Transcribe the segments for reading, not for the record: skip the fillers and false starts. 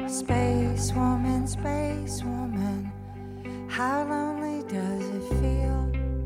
Space woman, how lonely does it feel?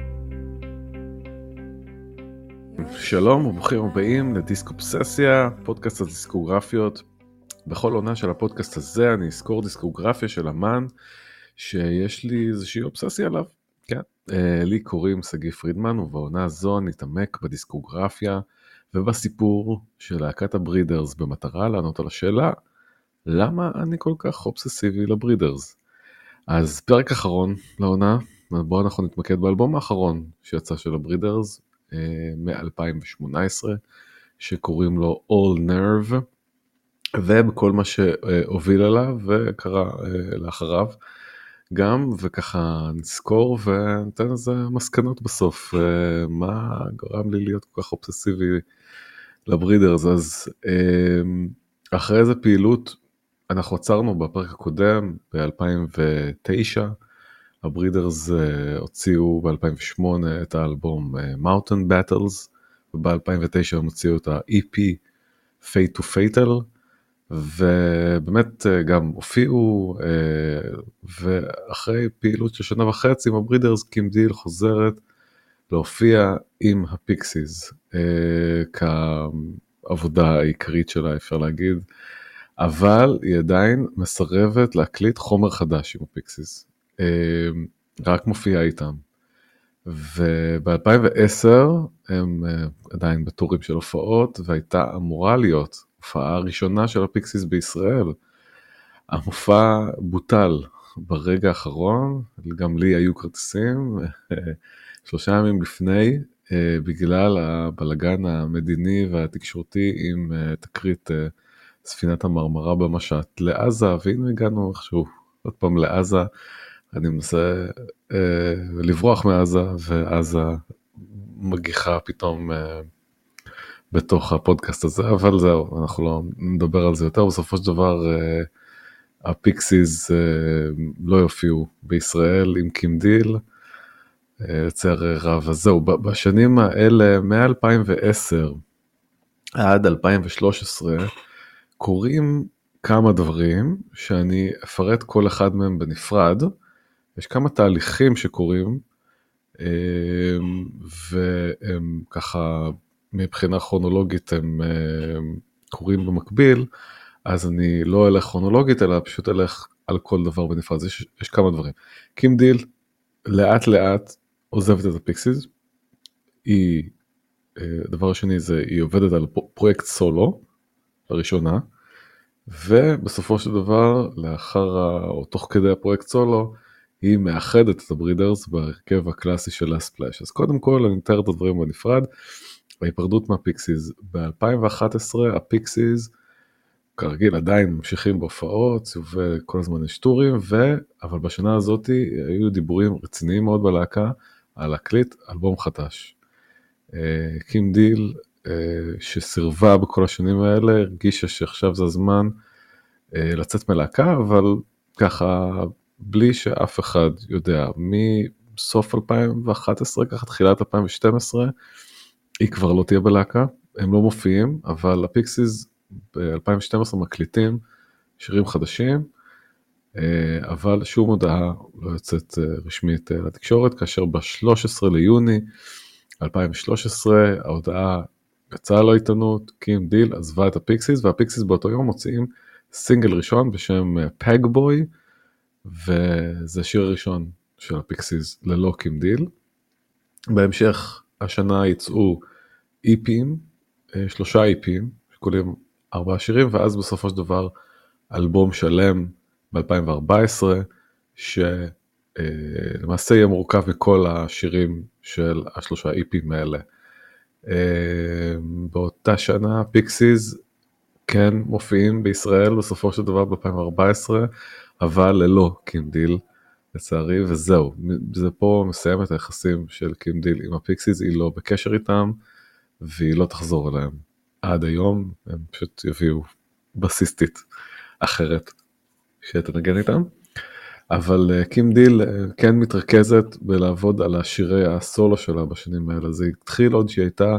שלום וברוכים הבאים לדיסק אובססיה, פודקאסט הדיסקוגרפיות. בכל עונה של הפודקאסט הזה אני אזכור דיסקוגרפיה של אמן שיש לי איזושהי אובססיה עליו. כן, לי קוראים סגי פרידמן, ובעונה הזו נתעמק בדיסקוגרפיה ובסיפור של להקת הברידרס במטרה לענות על השאלה למה אני כל כך אובססיבי לברידרס. אז פרק אחרון לעונה, בואו אנחנו נתמקד באלבום האחרון שיצא של הברידרס מ-2018 שקוראים לו All Nerve, ובכל מה שהוביל עליו וקרה לאחריו גם, וככה נזכור ונתן איזה מסקנות בסוף מה גרם לי להיות כל כך אובססיבי לברידרס. אז אחרי איזה פעילות אנחנו עצרנו בפרק הקודם ב-2009, הברידרס הוציאו ב-2008 את האלבום Mountain Battles, וב-2009 הם הוציאו את ה-EP Fate to Fatal, ובאמת גם הופיעו, ואחרי פעילות של שנה וחצי עם הברידרס, קים דיל חוזרת להופיע עם הפיקסיס, כעבודה העיקרית שלה אפשר להגיד, אבל היא עדיין מסרבת להקליט חומר חדש עם הפיקסיס, רק מופיעה איתם. וב-2010 הם עדיין בתורים של הופעות, והייתה אמורה להיות הופעה הראשונה של הפיקסיס בישראל. המופע בוטל ברגע האחרון, גם לי היו כרטיסים 3 ימים לפני, בגלל הבלגן המדיני והתקשורתי עם תקרית ספינת המרמרה במשט לעזה, והנה הגענו איכשהו עוד פעם לעזה. אני מנסה לברוח מעזה, ועזה מגיחה פתאום בתוך הפודקאסט הזה, אבל זהו, אנחנו לא נדבר על זה יותר. בסופו של דבר הפיקסיס לא יופיעו בישראל עם קים דיל, לצערי רב. אז זהו, בשנים האלה מ-2010 עד 2013 קורים כמה דברים שאני אפרט כל אחד מהם בנפרד. יש כמה תהליכים שקורים, והם ככה מבחינה כרונולוגית הם קורים במקביל, אז אני לא אלך כרונולוגית, אלא פשוט אלך על כל דבר בנפרד. יש כמה דברים. קים דיל לאט לאט עוזבת את הפיקסיס, הדבר השני זה, היא עובדת על פרויקט סולו, לראשונה, ובסופו של דבר, או תוך כדי הפרויקט סולו, היא מאחדת את הברידרס בהרכב הקלאסי של הספלאש. אז קודם כל אני מתאר את הדברים בנפרד. ההיפרדות מהפיקסיס ב-2011, הפיקסיס כרגיל עדיין ממשיכים בהופעות, וכל הזמן יש טורים, אבל בשנה הזאת היו דיבורים רציניים מאוד בלהקה על להקליט אלבום חדש. קים דיל שסירבה בכל השנים האלה, הרגישה שעכשיו זה הזמן לצאת מלהקה, אבל ככה בלי שאף אחד יודע, מסוף 2011, ככה תחילת 2012, היא כבר לא תהיה בלהקה, הם לא מופיעים, אבל הפיקסיס ב-2012 מקליטים שירים חדשים, אבל שום הודעה לא יוצאת רשמית לתקשורת, כאשר ב-13 ליוני 2013 ההודעה יצאה לעיתונות, קים דיל עזבה את הפיקסיס, והפיקסיס באותו יום מוציאים סינגל ראשון בשם פגבוי, וזה השיר הראשון של הפיקסיס ללא קים דיל. בהמשך השנה יצאו איפים, 3 איפים, שכולים 4 שירים, ואז בסופו של דבר אלבום שלם ב-2014, שלמעשה יהיה מורכב מכל השירים של 3 איפים האלה. באותה שנה הפיקסיס כן מופיעים בישראל בסופו של דבר ב-2014, אבל ללא קים דיל לצערי, וזהו, זה פה מסיים את היחסים של קים דיל עם הפיקסיס, היא לא בקשר איתם, והיא לא תחזור אליהם עד היום, הם פשוט יביאו בסיסטית אחרת שתנגן איתם. אבל קים דיל כן מתרכזת בלעבוד על השירי הסולו שלה בשנים האלה. זה התחיל עוד שהיא הייתה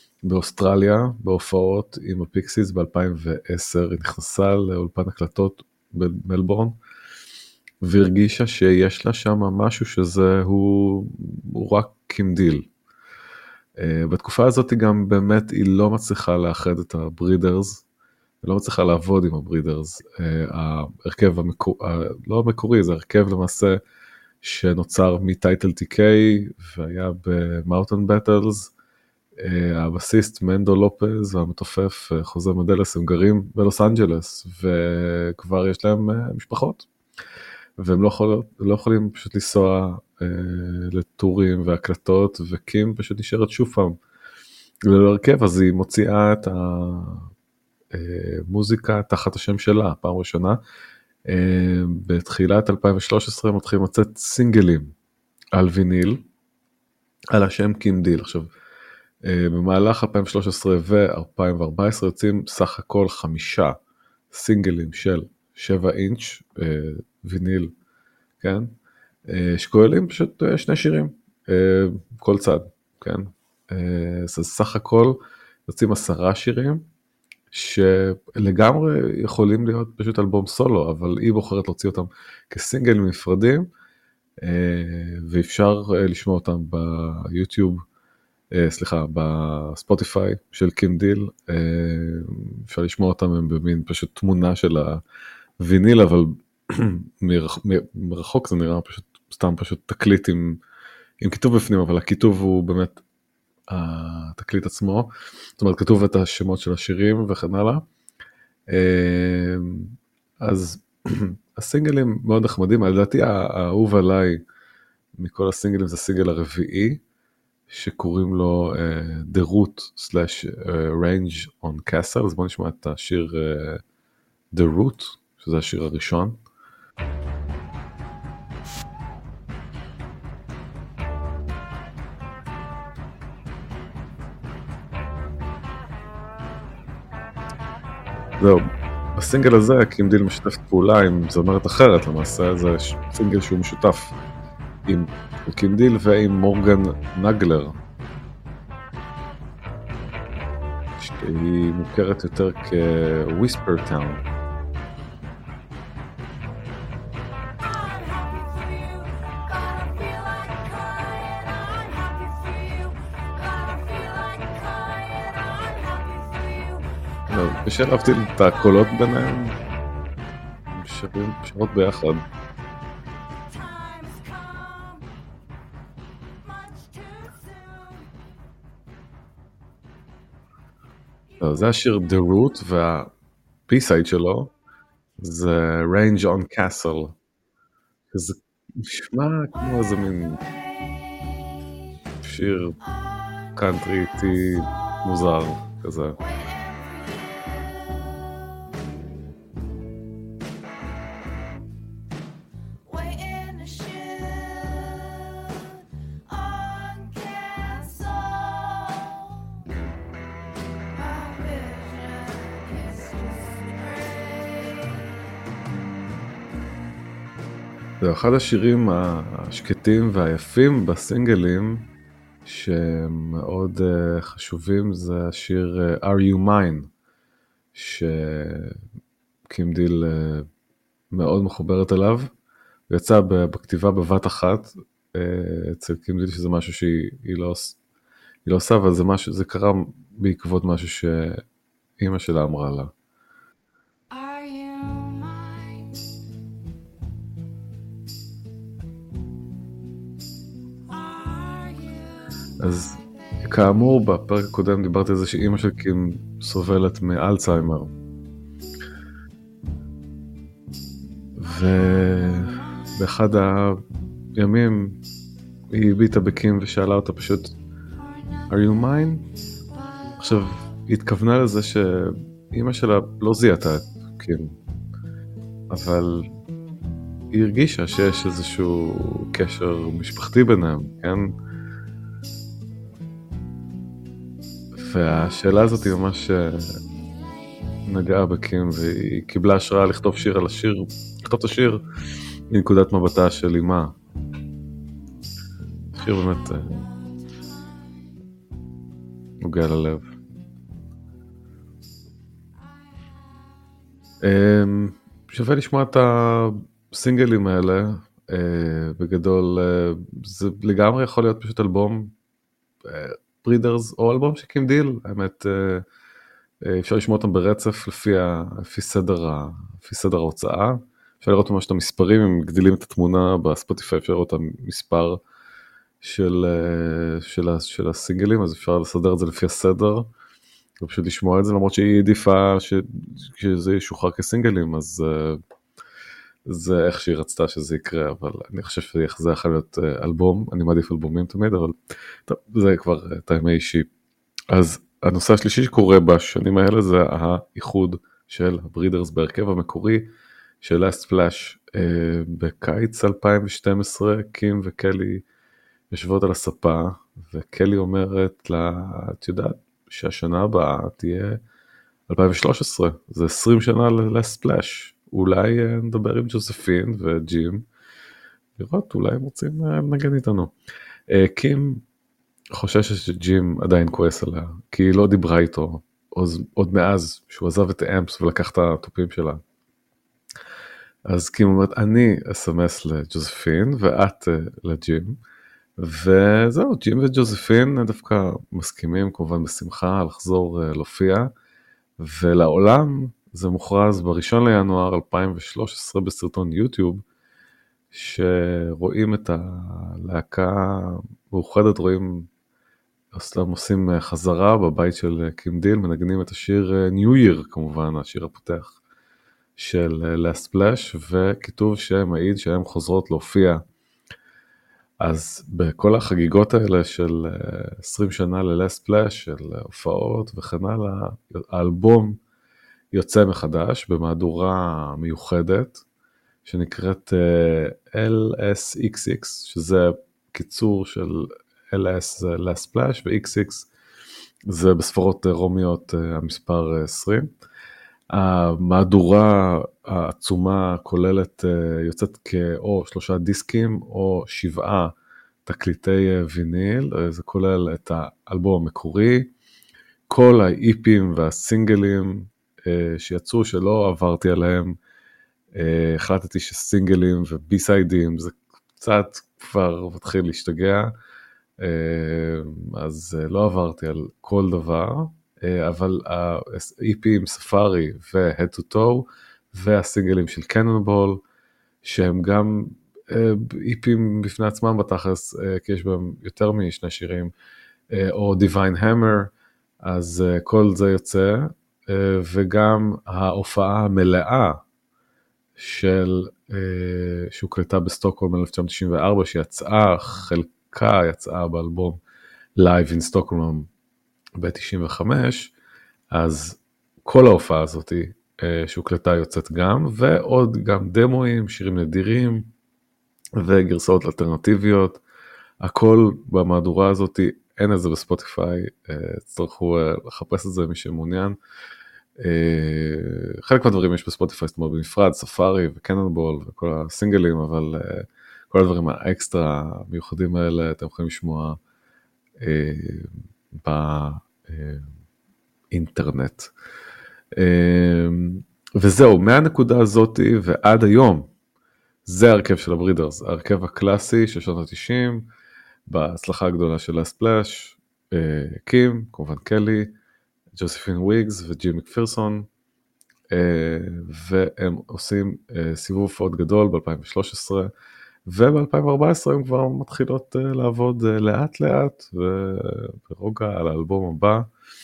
באוסטרליה בהופעות עם הפיקסיס ב-2010, היא נכנסה לאולפן הקלטות במלבורן, והרגישה שיש לה שם משהו שזה הוא רק קים דיל. בתקופה הזאת גם באמת היא לא מצליחה לאחד את הברידרס, היא לא מצליחה לעבוד עם הברידרס, ההרכב לא המקורי, זה הרכב למעשה שנוצר מטייטל טיקיי והיה במאוטן בטלס, הבסיסט מנדו לופז והמתופף חוזה מדלס הם גרים בלוס אנג'לס וכבר יש להם משפחות והם לא יכולים פשוט לנסוע לטורים והקלטות וקים פשוט נשארת שוב פעם ללא הרכב, אז היא מוציאה את המוזיקה תחת השם שלה פעם ראשונה. בתחילת 2013 מתחילים לצאת סינגלים על ויניל על השם קים דיל. עכשיו במהלך 2013 ו-2014 יוצאים סך הכל 5 סינגלים של 7 אינץ' ויניל, כן? שכוללים פשוט 2 שירים, כל צד, כן? אז סך הכל יוצאים 10 שירים, שלגמרי יכולים להיות פשוט אלבום סולו, אבל היא בוחרת להוציא אותם כסינגלים נפרדים, ואפשר לשמוע אותם ביוטיוב, סליחה, בספוטיפיי של קים דיל, אפשר לשמוע אותם הם במין פשוט תמונה של הוויניל, אבל מרחוק זה נראה פשוט, סתם פשוט תקליט עם כיתוב בפנים, אבל הכיתוב הוא באמת התקליט עצמו, זאת אומרת כתוב את השמות של השירים וכן הלאה. אז הסינגלים מאוד נחמדים, לדעתי האהוב עליי מכל הסינגלים זה הסינגל הרביעי, שקוראים לו The Root/Range on Castle, אז בואו נשמע את השיר The Root, שזה השיר הראשון. זהו, בסינגל הזה קים דיל משתף פעולה עם זמרת אחרת, למעשה זה סינגל שהוא משותף עם קים דיל ועם מורגן נגלר, שהיא מוכרת יותר כוויספר טאון. קשה להבדיל את הקולות ביניהם, שרות ביחד. זה השיר The Root, והפי-סייד שלו זה Range on Castle, זה נשמע כמו איזה מין שיר קאנטרי איטי מוזר כזה. זה אחד השירים השקטים והיפים בסינגלים שמאוד חשובים, זה השיר Are You Mine, שקים דיל מאוד מחוברת אליו, ויצא בכתיבה בבת אחת אצל קים דיל, שזה משהו שהיא לא עושה, אבל זה קרה בעקבות משהו שאימא שלה אמרה לה. אז כאמור בפרק הקודם דיברתי על זה שאימא של קים סובלת מאלצהיימר, ובאחד הימים היא הביטה בקים ושאלה אותה פשוט Are you mine? עכשיו היא התכוונה לזה שאימא שלה לא זיהתה את קים, אבל היא הרגישה שיש איזשהו קשר משפחתי ביניהם, כן? והשאלה הזאת היא ממש נגעה בקים, והיא קיבלה השראה לכתוב שיר על השיר, לכתוב את השיר מנקודת מבטה של אימה. שיר באמת נוגע ללב. שווה לשמוע את הסינגלים האלה, בגדול זה לגמרי יכול להיות פשוט אלבום ברידרס או אלבום שקים דיל, האמת אפשר לשמוע אותם ברצף לפי סדר ההוצאה, אפשר לראות ממש את המספרים, הם גדילים את התמונה בספוטיפיי, אפשר לראות את המספר של הסינגלים, אז אפשר לסדר את זה לפי הסדר, ופשוט לשמוע את זה, למרות שהיא עדיפה שזה ישוחרר כסינגלים, אז זה איך שהיא רצתה שזה יקרה, אבל אני חושב שזה יכול להיות אלבום, אני מעדיף אלבומים תמיד, אבל טוב, זה כבר טיימי אישי. אז הנושא השלישי שקורה בשנים האלה זה האיחוד של הברידרס בהרכב המקורי של Last Flash בקיץ 2012, קים וקלי יושבות על הספה, וקלי אומרת לה, את יודעת שהשנה הבאה תהיה 2013, זה 20 שנה ל-Last Flash, אולי נדבר עם ג'וזפין וג'ים, לראות אולי הם רוצים לנגן איתנו. קים חוששת שג'ים עדיין כועס עליה, כי היא לא דיברה איתו, עוד מאז שהוא עזב את האמפס ולקח את הטופים שלה. אז קים אומרת, אני אסמס לג'וזפין ואת לג'ים, וזהו, ג'ים וג'וזפין דווקא מסכימים כמובן בשמחה לחזור להופיע, ולעולם זה מוכרז ב1 לינואר 2013 בסרטון יוטיוב, שרואים את הלהקה מאוחדת, רואים הם עושים חזרה בבית של קים דיל, מנגנים את השיר New Year כמובן, השיר הפותח של Last Flash, וכיתוב שמעיד שהן חוזרות להופיע. אז בכל החגיגות האלה של 20 שנה ל-Last Flash, של הופעות וכן הלאה, האלבום יוצא מחדש במהדורה מיוחדת, שנקראת LSXX, שזה קיצור של LS זה Last Flash, ו-XX זה בספרות רומיות המספר 20. המהדורה העצומה כוללת, יוצאת או 3 דיסקים או 7 תקליטי ויניל, זה כולל את האלבום המקורי, כל האיפים והסינגלים שיצאו שלא עברתי עליהם, החלטתי שסינגלים ובי-סיידים זה קצת כבר מתחיל להשתגע, אז לא עברתי על כל דבר, אבל ה-EPים ספארי ו-Head to Toe והסינגלים של קנונבול, שהם גם EPים בפני עצמם בתכלס, כי יש בהם יותר משני שירים, או Divine Hammer, אז כל זה יוצא, וגם ההופעה המלאה שהוקלטה בסטוקהולם 1994, שיצאה, חלקה יצאה באלבום Live in Stockholm ב-95, אז כל ההופעה הזאת שהוקלטה יוצאת גם, ועוד גם דמוים, שירים נדירים, וגרסאות אלטרנטיביות, הכל במהדורה הזאת, אין את זה בספוטיפיי, צריכו לחפש את זה מי שמעוניין, חלק מהדברים יש בספוטיפיי, זאת אומרת בנפרד, ספארי וקנונבול וכל הסינגלים, אבל כל הדברים האקסטרה מיוחדים האלה, אתם יכולים לשמוע באינטרנט. וזהו, מהנקודה הזאת ועד היום, זה הרכב של הברידרס, הרכב הקלאסי של שנות ה-90, בהצלחה הגדולה של Last Flash, קים, כמובן קלי, ג'וזפין וויגס וג'ים מקפירסון, והם עושים סיבוב הופעות גדול ב-2013, וב-2014 הם כבר מתחילות לעבוד לאט לאט וברוגע על האלבום הבא.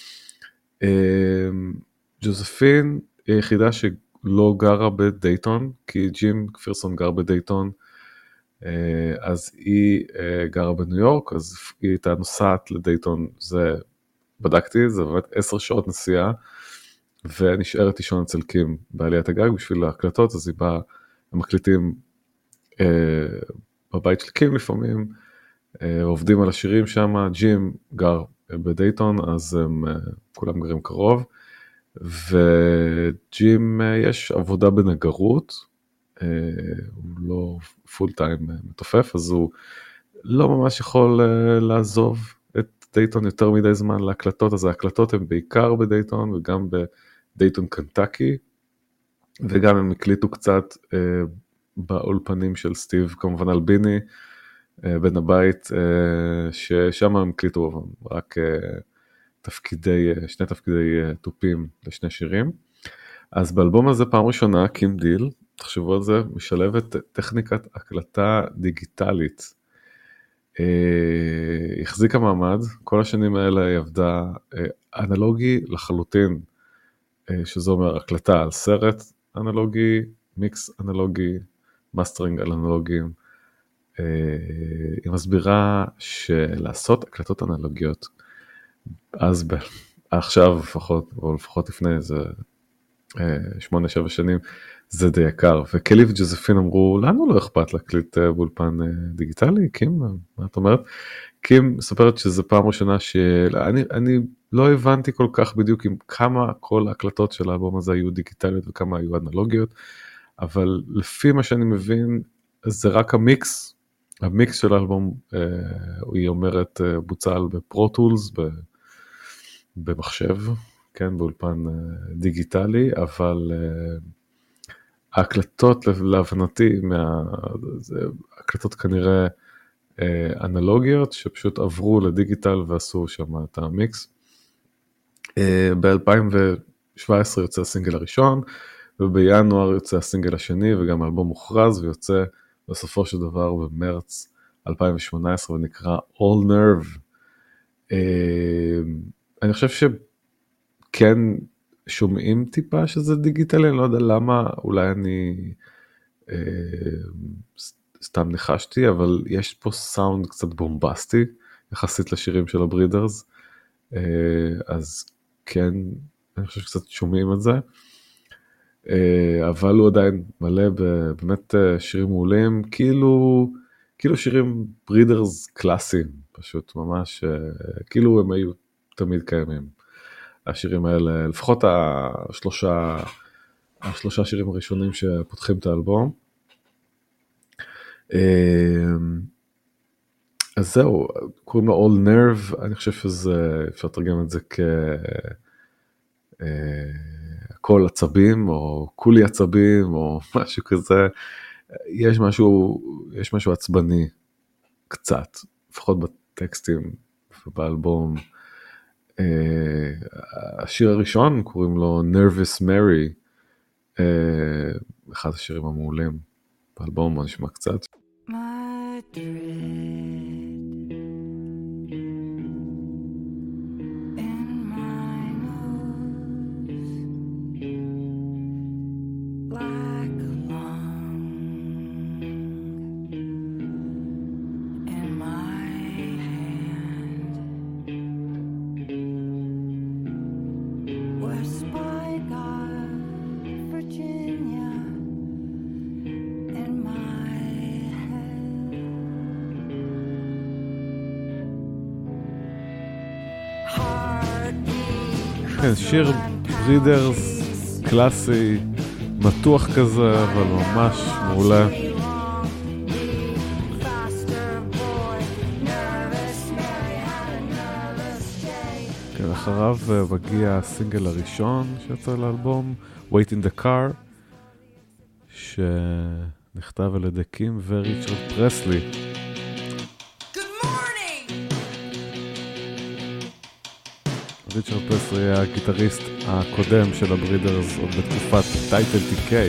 ג'וזפין היא היחידה שלא גרה בדייטון, כי ג'ים מקפירסון גר בדייטון, אז היא גרה בניו יורק, אז היא הייתה נוסעת לדייטון, זה בדקתי, זה באמת 10 שעות נסיעה, ונשארת לישון אצל קים בעליית הגג בשביל ההקלטות, אז היא באה, הם מקליטים בבית של קים לפעמים, עובדים על השירים שם, ג'ים גר בדייטון, אז הם כולם גרים קרוב, וג'ים יש עבודה בנגרות, הוא לא פול טיים מתופף, אז הוא לא ממש יכול לעזוב את דייטון יותר מדי זמן להקלטות, אז ההקלטות הן בעיקר בדייטון וגם בדייטון קנטקי, וגם הם הקליטו קצת באולפנים של סטיב, כמובן אלביני, בן הבית, ששם הם הקליטו רק שני תפקידי טופים לשני שירים. אז באלבום הזה פעם ראשונה, קים דיל, תחשבו על זה, משלבת טכניקת הקלטה דיגיטלית. החזיקה מעמד, כל השנים האלה היא עבדה אנלוגי לחלוטין, שזה אומר הקלטה על סרט אנלוגי, מיקס אנלוגי, מאסטרינג על אנלוגים. היא מסבירה שלעשות הקלטות אנלוגיות, אז עכשיו לפחות, או לפחות לפני איזה 8-7 שנים, זה די יקר, וקלי וג'וזפין אמרו, לנו לא אכפת להקליט באולפן דיגיטלי, קים, מה את אומרת? קים מספרת שזה פעם ראשונה שאני לא הבנתי כל כך בדיוק עם כמה כל ההקלטות של האלבום הזה היו דיגיטליות וכמה היו אנלוגיות, אבל לפי מה שאני מבין, זה רק המיקס של האלבום, היא אומרת, בוצע בפרו-טולס, במחשב, כן, באולפן דיגיטלי, אבל ההקלטות להבנתי, הקלטות כנראה אנלוגיות, שפשוט עברו לדיגיטל ועשו שם את המיקס. ב-2017 יוצא הסינגל הראשון, ובינואר יוצא הסינגל השני, וגם האלבום מוכרז, ויוצא בסופו של דבר במרץ 2018, ונקרא All Nerve. אני חושב שכן שומעים טיפה שזה דיגיטלי, אני לא יודע למה, אולי אני סתם ניחשתי, אבל יש פה סאונד קצת בומבסטי, יחסית לשירים של הברידרס, אז כן, אני חושב שקצת שומעים את זה, אבל הוא עדיין מלא באמת שירים מעולים, כאילו שירים ברידרס קלאסיים, פשוט ממש, כאילו הם היו תמיד קיימים. השירים האלה, לפחות השלושה שירים הראשונים שפותחים את האלבום. אז זהו, קוראים לו All Nerve, אני חושב שזה, אפשר לתרגם את זה כל עצבים, או כולי עצבים, או משהו כזה. יש משהו עצבני קצת, לפחות בטקסטים ובאלבום. השיר הראשון קוראים לו Nervous Mary, אחד השירים המעולים באלבום, אני נשמע קצת. כן, שיר ברידרס קלאסי, מתוח כזה, אבל ממש מעולה. כן, אחריו מגיע הסינגל הראשון שיצא לאלבום, Wait in the Car, שנכתב על ידי קים וריצ'רד פרסלי. ריצ'רד פרסלי היה הגיטריסט הקודם של הברידרס עוד בתקופת טייטל TK.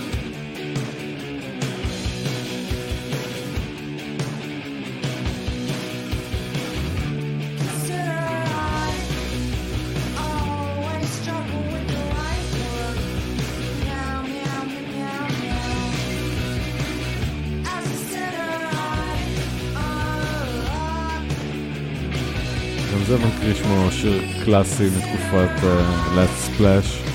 זה מקריא שמו שיר קלאסי מתקופת Let's Splash.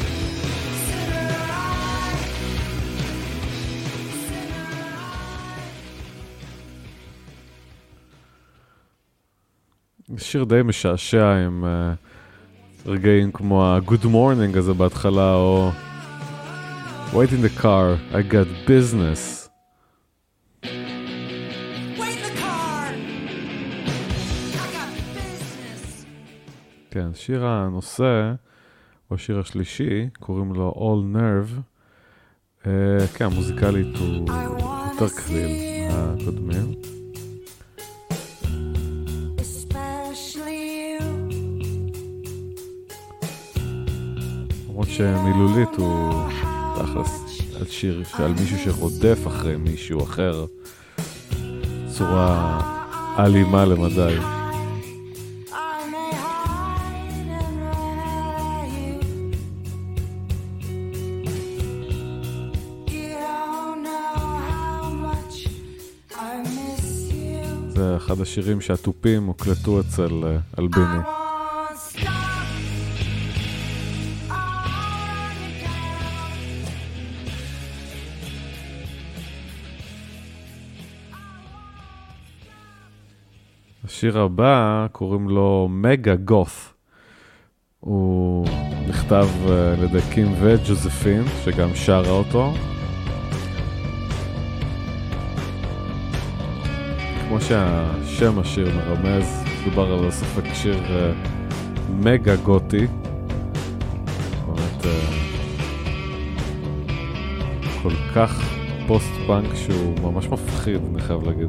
שיר די משעשע עם רגעים כמו ה-Good Morning הזה בהתחלה, או Wait in the car, I got business. כן, שיר הנושא, או שיר השלישי, קוראים לו All Nerve, כן, המוזיקלית הוא יותר קליל מהקודמים. למרות שמילולית הוא תכלס על שיר שעל מישהו שרודף אחרי מישהו אחר, צורה אלימה למדי. זה אחד השירים שהטופים הוקלטו אצל אלביני. השיר הבא קוראים לו מגה גות'. הוא נכתב על ידי קים וג'וזפין שגם שרה אותו. כמו שהשם השיר מרמז, מדובר על ספק שיר מגה גותי. באמת כל כך פוסט פאנק שהוא ממש מפחיד, אני חייב להגיד.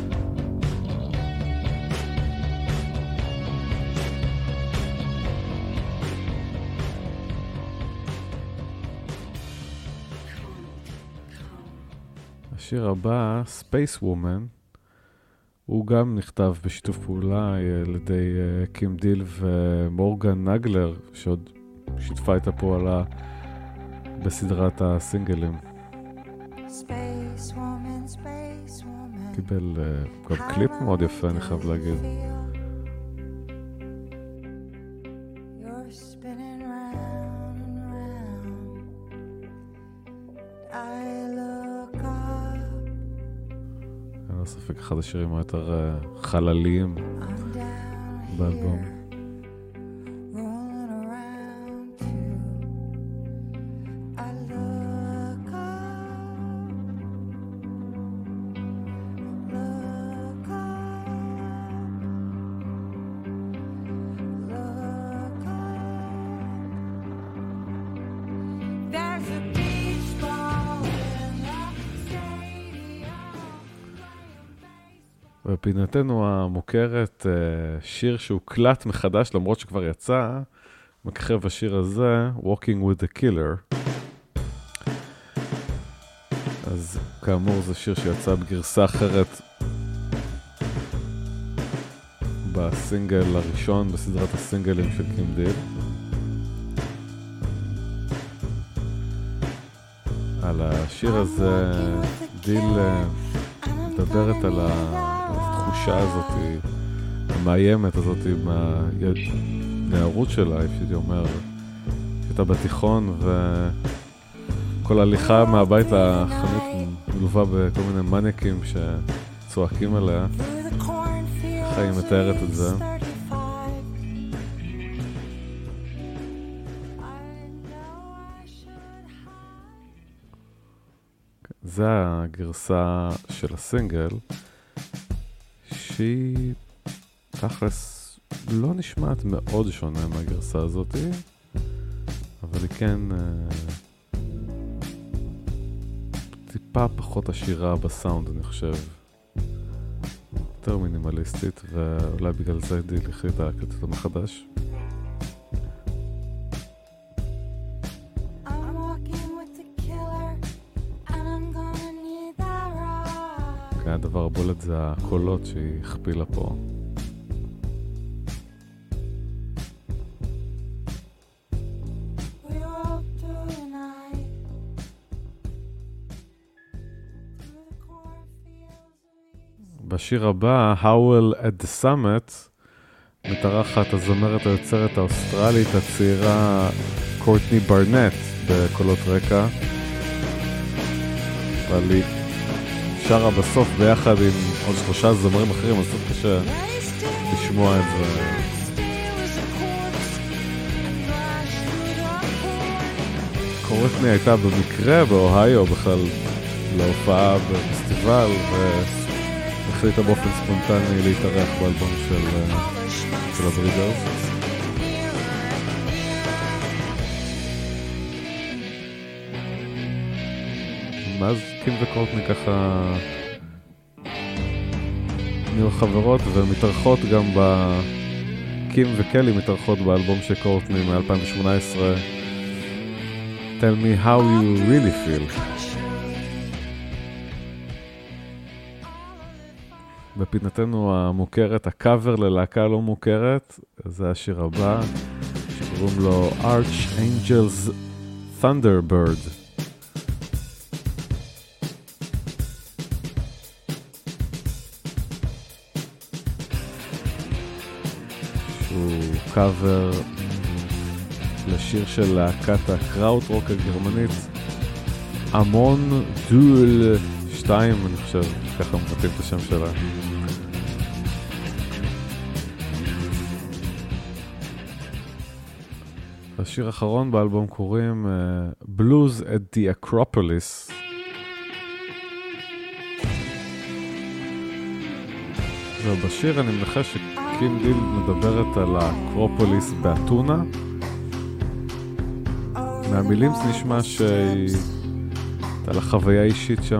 השיר הבא, Space Woman, הוא גם נכתב בשיתוף פעולה על ידי קים דיל ומורגן נגלר, שעוד שיתפה איתה פה עלה בסדרת הסינגלים. קיבל גם קליפ מאוד יפה, אני חייב להגיד. ספק אחד השירים היותר חלליים באלבום. בפינתנו המוכרת, שיר שהוקלט מחדש למרות שכבר יצא, מככב השיר הזה, Walking with the Killer. אז כאמור זה שיר שיצא בגרסה אחרת בסינגל הראשון בסדרת הסינגלים של קים דיל. על השיר הזה דיל מדברת על התחושה הזאת, המאיימת הזאת עם הנערות שלה, הייתי אומר, שהייתה בתיכון וכל הליכה מהבית לחנות מלווה בכל מיני מניאקים שצועקים עליה. ככה היא מתארת את זה. זה הגרסה של הסינגל, שהיא תכלס לא נשמעת מאוד שונה מהגרסה הזאת, אבל היא כן טיפה פחות עשירה בסאונד, אני חושב. יותר מינימליסטית, ואולי בגלל זה דיל החליטה להקליט אותה מחדש. הדבר הבולט זה הקולות שהיא הכפילה פה. בשיר הבא, Howl at the Summit, מתארחת הזמרת היוצרת האוסטרלית הצעירה קורטני ברנט בקולות רקע. אבל היא שרה בסוף ביחד עם עוד 3 זמרים אחרים, אז קצת קשה לשמוע את זה. קורטני הייתה במקרה באוהיו בכלל להופעה בפסטיבל, והחליטה באופן ספונטני להתארח באלבום של הברידרס. ומאז קים וקורטני ככה נהיו חברות ומתארחות גם קים וקלי מתארחות באלבום של קורטני מ-2018 Tell me how you really feel. בפינתנו המוכרת, הקאבר ללהקה לא מוכרת, זה השיר הבא שקוראים לו Archangel's Thunderbird. שהוא קאבר לשיר של להקת הקראוט-רוק הגרמנית המון דול 2, אני חושב, ככה מבטאים את השם שלה. השיר האחרון באלבום קוראים Blues at the Acropolis. ובשיר אני מנחש שקים דיל מדברת על האקרופוליס באתונה. מהמילים זה נשמע שהיא על החוויה האישית שם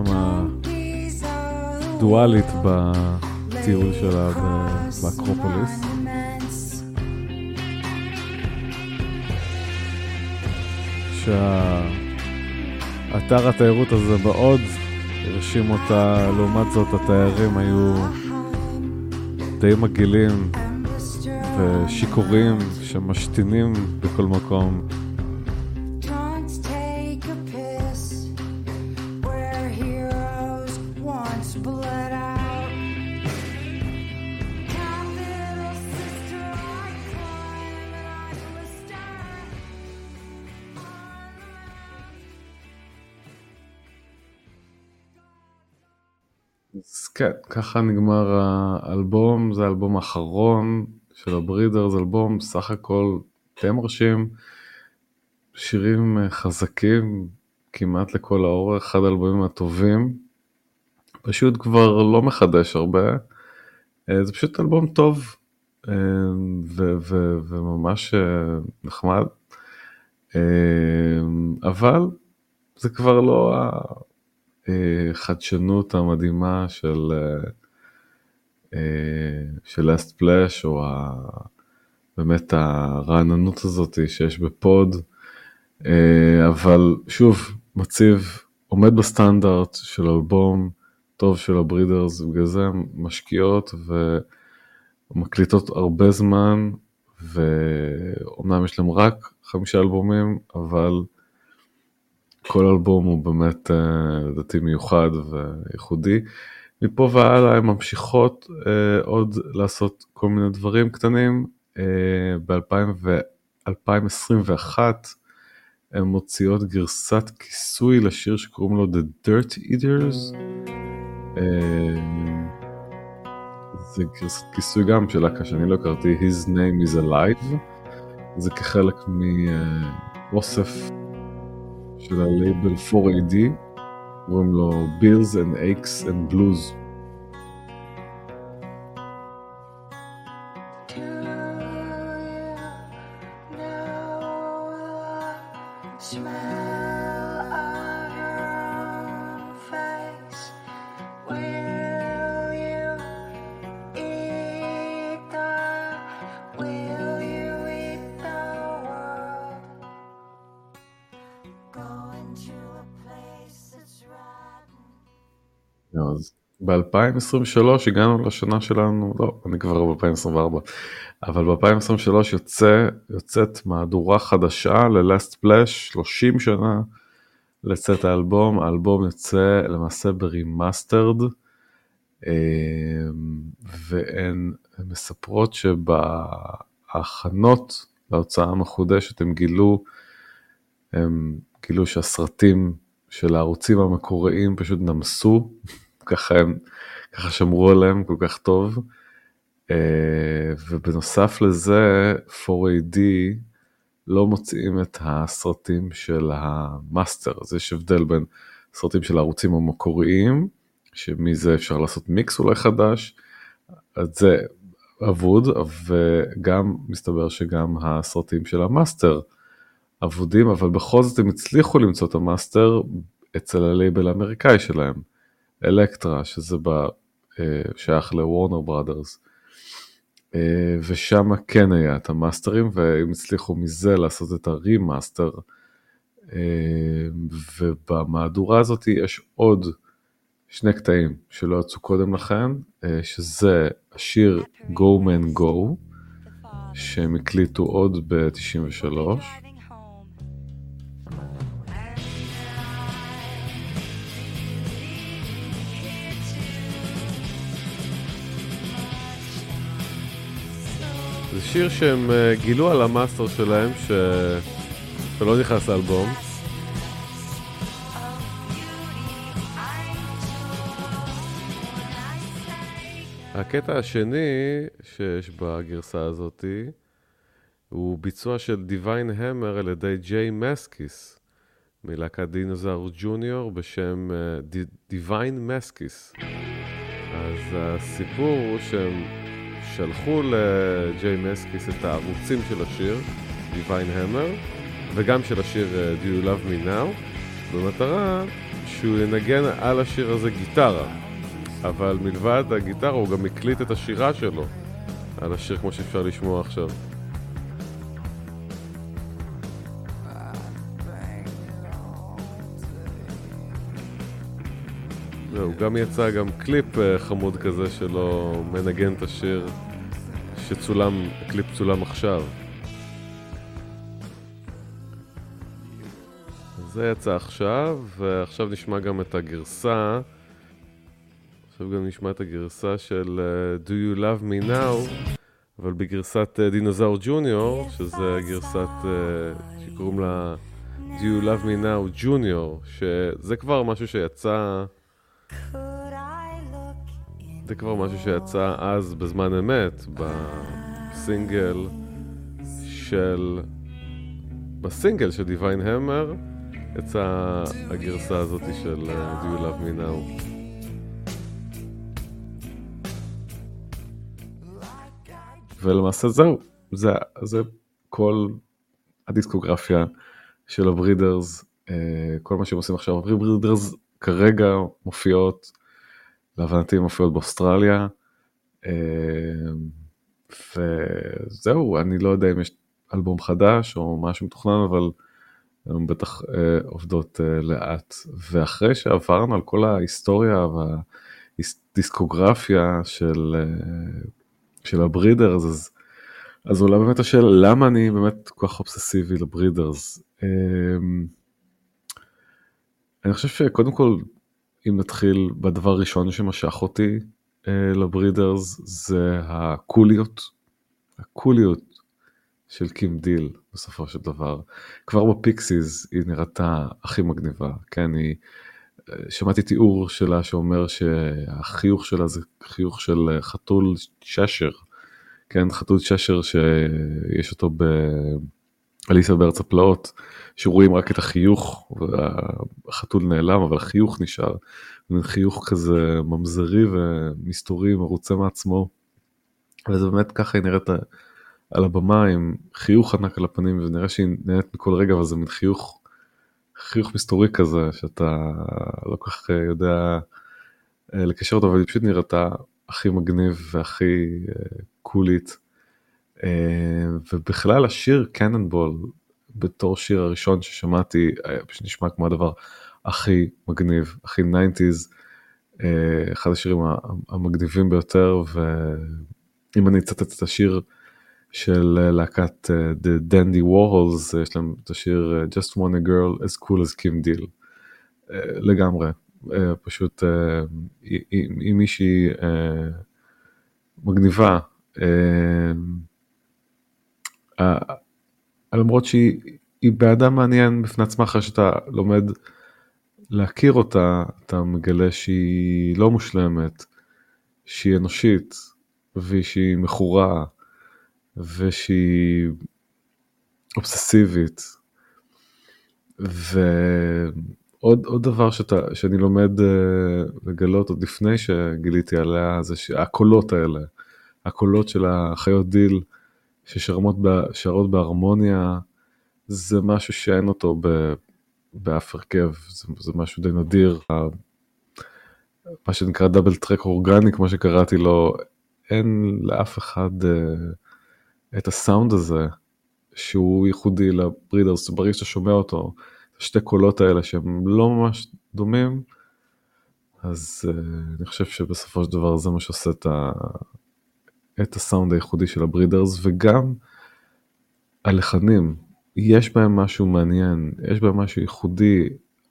דואלית בטיול שלה באקרופוליס. שהאתר התיירות הזה מאוד הרשים אותה, לעומת זאת התיירים היו די מגעילים ושיקורים שמשתינים בכל מקום. אז כן, ככה נגמר האלבום, זה האלבום האחרון של הברידרס, אלבום סך הכל די מרשים, שירים חזקים כמעט לכל האורך, אחד האלבומים הטובים, פשוט כבר לא מחדש הרבה, זה פשוט אלבום טוב וממש נחמד, אבל זה כבר לא החדשנות המדהימה של Last Splash, או באמת הרעננות הזאת שיש בפוד, אבל שוב, מציב, עומד בסטנדרט של אלבום טוב של הברידרס, בגלל זה משקיעות ומקליטות הרבה זמן, ואומנם יש להם רק 5 אלבומים, אבל כל אלבום הוא באמת לדעתי מיוחד וייחודי. מפה והלאה הן ממשיכות עוד לעשות כל מיני דברים קטנים. ב-2021 הן מוציאות גרסת כיסוי לשיר שקוראים לו The Dirt Eaters. זה גרסת כיסוי גם של להקה שאני לא הכרתי, His Name is Alive. זה כחלק מאוסף של הלייבל 4AD, קוראים לו Bills and Aches and Blues. אז ב-2023 הגענו לשנה שלנו, לא, אני כבר ב-2024, אבל ב-2023 יוצאת מהדורה חדשה ל-Last Splash, 30 שנה לצאת האלבום. האלבום יוצא למעשה ברימאסטרד, והן מספרות שבהכנות להוצאה המחודשת הם גילו שהסרטים של הערוצים המקוריים פשוט נמסו, ככה שמרו עליהם כל כך טוב, ובנוסף לזה 4AD לא מוצאים את הסרטים של המאסטר. אז יש הבדל בין סרטים של הערוצים המקוריים, שמזה אפשר לעשות מיקס אולי חדש, אז זה אבוד, וגם מסתבר שגם הסרטים של המאסטר אבודים, אבל בכל זאת הם הצליחו למצוא את המאסטר אצל הלייבל האמריקאי שלהם, אלקטרה, שזה שייך לוורנר בראדרס, ושם כן היה את המאסטרים, והם הצליחו מזה לעשות את הרימאסטר, ובמהדורה הזאת יש עוד שני קטעים שלא יצאו קודם לכן, שזה השיר Go Man Go, שהם הקליטו עוד ב-93, זה שיר שהם גילו על המאסטר שלהם שלא נכנס לאלבום. הקטע השני שיש בגרסה הזאת הוא ביצוע של דיוויין המר על ידי ג'יי מסקיס מלהקת דינוזאור ג'וניור בשם דיוויין מסקיס. אז הסיפור הוא שהם שלחו לג'יי מסקיס את הערוצים של השיר דיוויין המר וגם של השיר Do You Love Me Now במטרה שהוא ינגן על השיר הזה גיטרה, אבל מלבד הגיטרה הוא גם הקליט את השירה שלו על השיר כמו שאפשר לשמוע עכשיו. הוא גם יצא גם קליפ חמוד כזה שלו מנגן את השיר שצולם, קליפ צולם עכשיו. זה יצא עכשיו, ועכשיו נשמע גם את הגרסה. עכשיו גם נשמע את הגרסה של Do You Love Me Now, אבל בגרסת דינוזאור ג'וניור, שזה גרסת שקוראים לה Do You Love Me Now Junior, שזה כבר משהו שיצא, זה כבר משהו שיצא אז בזמן אמת, בסינגל של דיוויין המר, יצא הגרסה הזאת של Do You Love Me Now. ולמעשה זהו, זה כל הדיסקוגרפיה של הברידרס, כל מה שהם עושים עכשיו. הברידרס כרגע מופיעות, להבנתי מופיעות באוסטרליה, וזהו, אני לא יודע אם יש אלבום חדש או משהו מתוכנן, אבל הם בטח עובדות לאט. ואחרי שעברנו על כל ההיסטוריה והדיסקוגרפיה של הברידרס, אז עולה באמת השאלה, למה אני באמת כל כך אובססיבי לברידרס? אני חושב שקודם כל, אם נתחיל בדבר הראשון שמשך אותי לברידרס, זה הקוליות של קים דיל בסופו של דבר. כבר בפיקסיס היא נראתה הכי מגניבה, כן? שמעתי תיאור שלה שאומר שהחיוך שלה זה חיוך של חתול ששר, כן? חתול ששר שיש אותו באליסה בארץ הפלאות, שרואים רק את החיוך, והחתול נעלם, אבל החיוך נשאר, מין חיוך כזה ממזרי ומסתורי, מרוצה מעצמו, וזה באמת ככה היא נראית על הבמה, עם חיוך ענק על הפנים, ונראה שהיא נהנית מכל רגע, וזה מין חיוך מסתורי כזה, שאתה לא כך יודע לקשר אותו, אבל היא פשוט נראתה הכי מגניב והכי קולית, ובכלל השיר קנונבול, בתור שיר הראשון ששמעתי, פשוט נשמע כמו הדבר הכי מגניב, הכי 90s, אחד השירים המגניבים ביותר, ואם אני אצטט את השיר של להקת The Dandy Warhols, יש להם את השיר Just Want a Girl as Cool as Kim Deal, לגמרי, פשוט היא מישהי מגניבה, למרות שהיא באדם מעניין בפני עצמה, אחרי שאתה לומד להכיר אותה, אתה מגלה שהיא לא מושלמת, שהיא אנושית, ושהיא מכורה, ושהיא אובססיבית. ועוד דבר שאני לומד לגלות עוד לפני שגיליתי עליה, זה שהקולות האלה, הקולות של החיות דיל, ששרות בהרמוניה, זה משהו שאין אותו באף הרכב, זה משהו די נדיר, מה שנקרא דאבל טרק אורגני, כמו שקראתי לו, אין לאף אחד את הסאונד הזה, שהוא ייחודי לברידרס, ברגע שאתה שומע אותו, שתי קולות האלה שהם לא ממש דומים, אז אני חושב שבסופו של דבר זה מה שעושה את הסאונד הייחודי של הברידרס, וגם הלחנים, יש בהם משהו מעניין, יש בהם משהו ייחודי,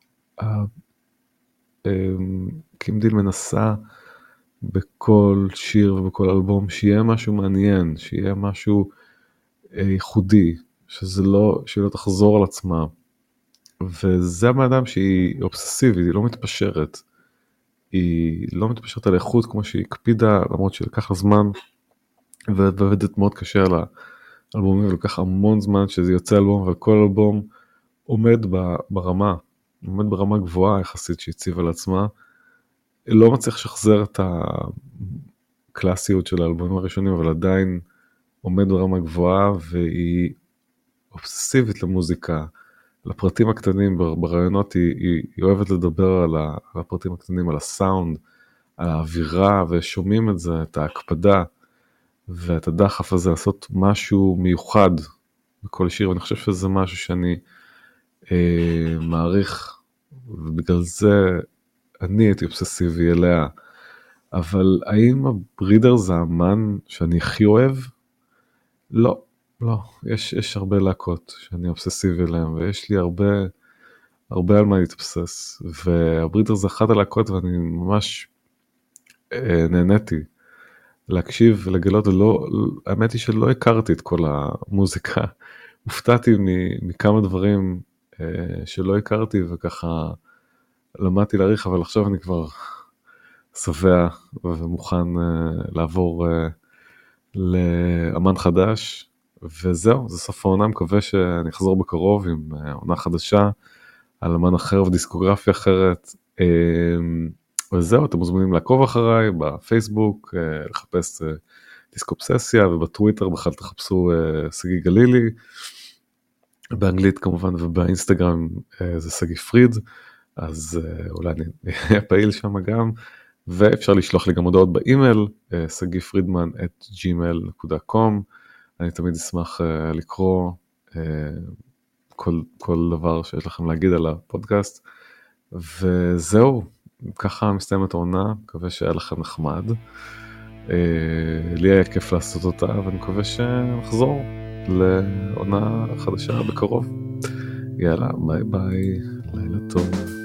קים דיל מנסה בכל שיר ובכל אלבום, שיהיה משהו מעניין, שיהיה משהו ייחודי, שהיא לא תחזור על עצמה, וזה מהאדם שהיא אובססיבית, היא לא מתפשרת, היא לא מתפשרת על איכות כמו שהיא הקפידה, למרות שלקח לה זמן, ועובדת מאוד קשה על האלבומים, ולקח המון זמן שזה יוצא אלבום, וכל אלבום עומד ברמה גבוהה יחסית שהציבה לעצמה, לא מצליח לשחזר את הקלאסיות של האלבומים הראשונים, אבל עדיין עומד ברמה גבוהה, והיא אובססיבית למוזיקה, לפרטים הקטנים ברעיונות, היא אוהבת לדבר על הפרטים הקטנים, על הסאונד, על האווירה, ושומעים את זה, את ההקפדה, ואת הדחף הזה לעשות משהו מיוחד בכל שיר, ואני חושב שזה משהו שאני מעריך, ובגלל זה אני הייתי אובססיבי אליה. אבל האם הברידר זה האמן שאני הכי אוהב? לא. יש הרבה להקות שאני אובססיבי אליהם, ויש לי הרבה על מה להתאבסס, והברידר זה אחת הלהקות, ואני ממש נהניתי להקשיב ולגלות, האמת היא שלא הכרתי את כל המוזיקה, הופתעתי מכמה דברים שלא הכרתי, וככה למדתי להעריך, אבל עכשיו אני כבר שבע ומוכן לעבור לאמן חדש, וזהו, זה סוף העונה, מקווה שאני אחזור בקרוב עם עונה חדשה, על אמן אחר ודיסקוגרפיה אחרת, וזהו, אתם מוזמנים לעקוב אחריי בפייסבוק, לחפש דיסקובססיה, ובטוויטר בכלל תחפשו סגי גלילי, באנגלית כמובן, ובאינסטגרם זה סגי פריד, אז אולי אני אהיה פעיל שם גם, ואפשר לשלוח לי גם הודעות באימייל, sagifriedman@gmail.com, אני תמיד אשמח לקרוא כל דבר שיש לכם להגיד על הפודקאסט, וזהו, ככה מסתיימת העונה, מקווה שהיה לכם נחמד, לי היה כיף לעשות אותה, ואני מקווה שנחזור לעונה חדשה בקרוב. יאללה, ביי ביי, לילה טוב.